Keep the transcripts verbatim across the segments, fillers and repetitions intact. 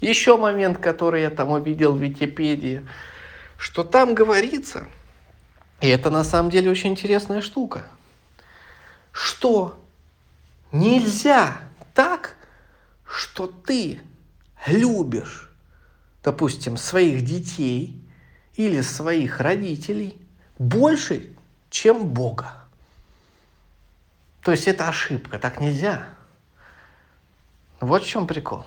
Еще момент, который я там увидел в Википедии, что там говорится, и это на самом деле очень интересная штука, что нельзя так, что ты любишь, допустим, своих детей или своих родителей больше, чем Бога. То есть это ошибка, так нельзя. Вот в чем прикол.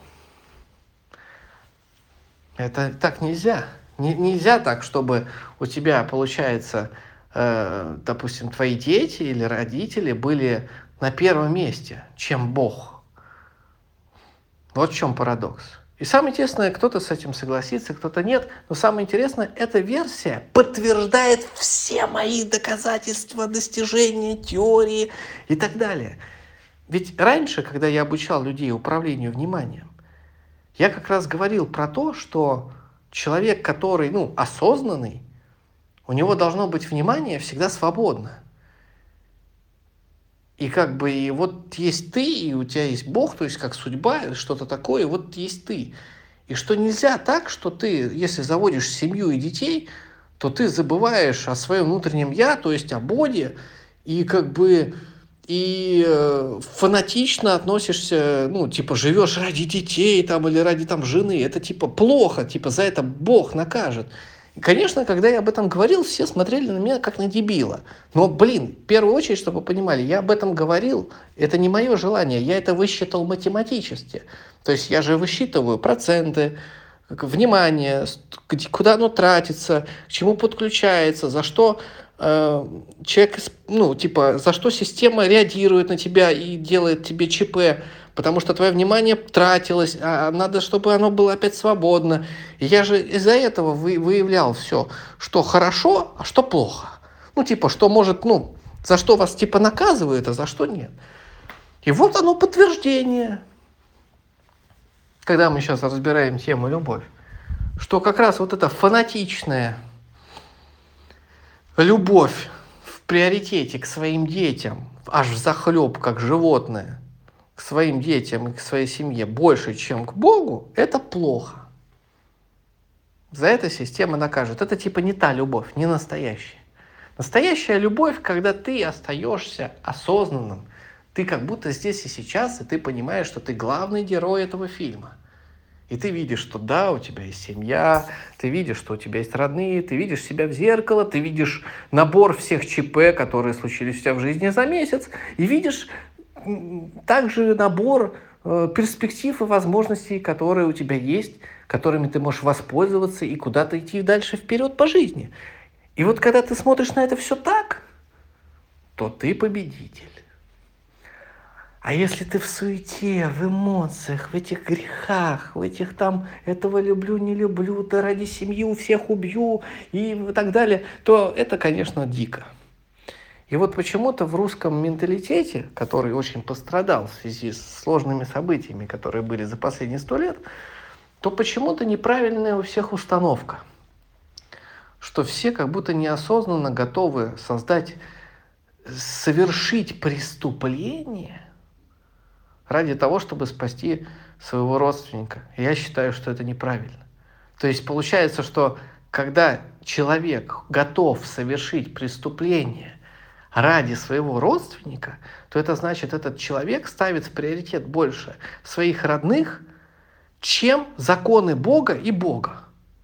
Это так нельзя. Не, нельзя так, чтобы у тебя, получается, э, допустим, твои дети или родители были на первом месте, чем Бог. Вот в чем парадокс. И самое интересное, кто-то с этим согласится, кто-то нет. Но самое интересное, эта версия подтверждает все мои доказательства, достижения, теории и так далее. Ведь раньше, когда я обучал людей управлению вниманием, я как раз говорил про то, что человек, который, ну, осознанный, у него должно быть внимание всегда свободно. И как бы и вот есть ты, и у тебя есть Бог, то есть как судьба, что-то такое, вот есть ты. И что нельзя так, что ты, если заводишь семью и детей, то ты забываешь о своем внутреннем я, то есть о Боге, и как бы и э, фанатично относишься, ну, типа, живешь ради детей там или ради там жены, это типа плохо, типа за это Бог накажет. И, конечно, когда я об этом говорил, все смотрели на меня как на дебила. Но, блин, в первую очередь, чтобы вы понимали, я об этом говорил, это не мое желание, я это высчитал математически. То есть я же высчитываю проценты, внимание, куда оно тратится, к чему подключается, за что э, человек, ну, типа, за что система реагирует на тебя и делает тебе ЧП, потому что твое внимание тратилось, а надо, чтобы оно было опять свободно. И я же из-за этого вы, выявлял все, что хорошо, а что плохо. Ну, типа, что может, ну, за что вас, типа, наказывают, а за что нет. И вот оно подтверждение, когда мы сейчас разбираем тему любовь, что как раз вот эта фанатичная любовь в приоритете к своим детям, аж взахлеб, как животное, к своим детям и к своей семье больше, чем к Богу, это плохо. За это система накажет. Это типа не та любовь, не настоящая. Настоящая любовь, когда ты остаешься осознанным, ты как будто здесь и сейчас, и ты понимаешь, что ты главный герой этого фильма. И ты видишь, что да, у тебя есть семья, ты видишь, что у тебя есть родные, ты видишь себя в зеркало, ты видишь набор всех ЧП, которые случились у тебя в жизни за месяц, и видишь также набор э, перспектив и возможностей, которые у тебя есть, которыми ты можешь воспользоваться и куда-то идти дальше вперед по жизни. И вот когда ты смотришь на это все так, то ты победитель. А если ты в суете, в эмоциях, в этих грехах, в этих там этого люблю, не люблю, да ради семьи у всех убью и так далее, то это, конечно, дико. И вот почему-то в русском менталитете, который очень пострадал в связи с сложными событиями, которые были за последние сто лет, то почему-то неправильная у всех установка, что все как будто неосознанно готовы создать, совершить преступление ради того, чтобы спасти своего родственника. Я считаю, что это неправильно. То есть получается, что когда человек готов совершить преступление ради своего родственника, то это значит, этот человек ставит в приоритет больше своих родных, чем законы Бога и Бога.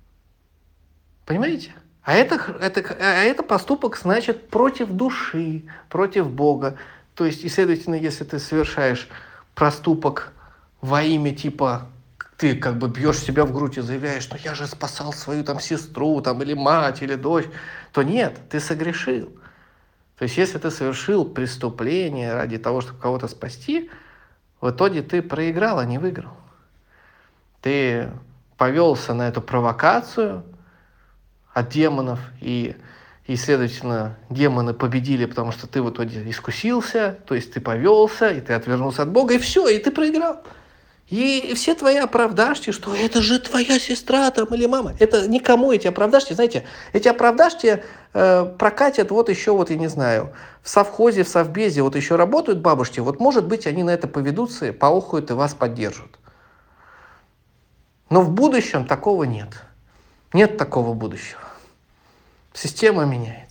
Понимаете? А это, это, а это поступок, значит, против души, против Бога. То есть, и, следовательно, если ты совершаешь проступок во имя типа ты как бы бьешь себя в грудь и заявляешь, что я же спасал свою там сестру, там, или мать, или дочь, то нет, ты согрешил. То есть если ты совершил преступление ради того, чтобы кого-то спасти, в итоге ты проиграл, а не выиграл. Ты повелся на эту провокацию от демонов, и, и, следовательно, демоны победили, потому что ты в итоге искусился, то есть ты повелся, и ты отвернулся от Бога, и все, и ты проиграл. И все твои оправдашки, что это же твоя сестра там или мама, это никому эти оправдашки, знаете, эти оправдашки э, прокатят вот еще, вот я не знаю, в совхозе, в совбезе, вот еще работают бабушки, вот может быть они на это поведутся, поохуют и вас поддержат. Но в будущем такого нет. Нет такого будущего. Система меняется.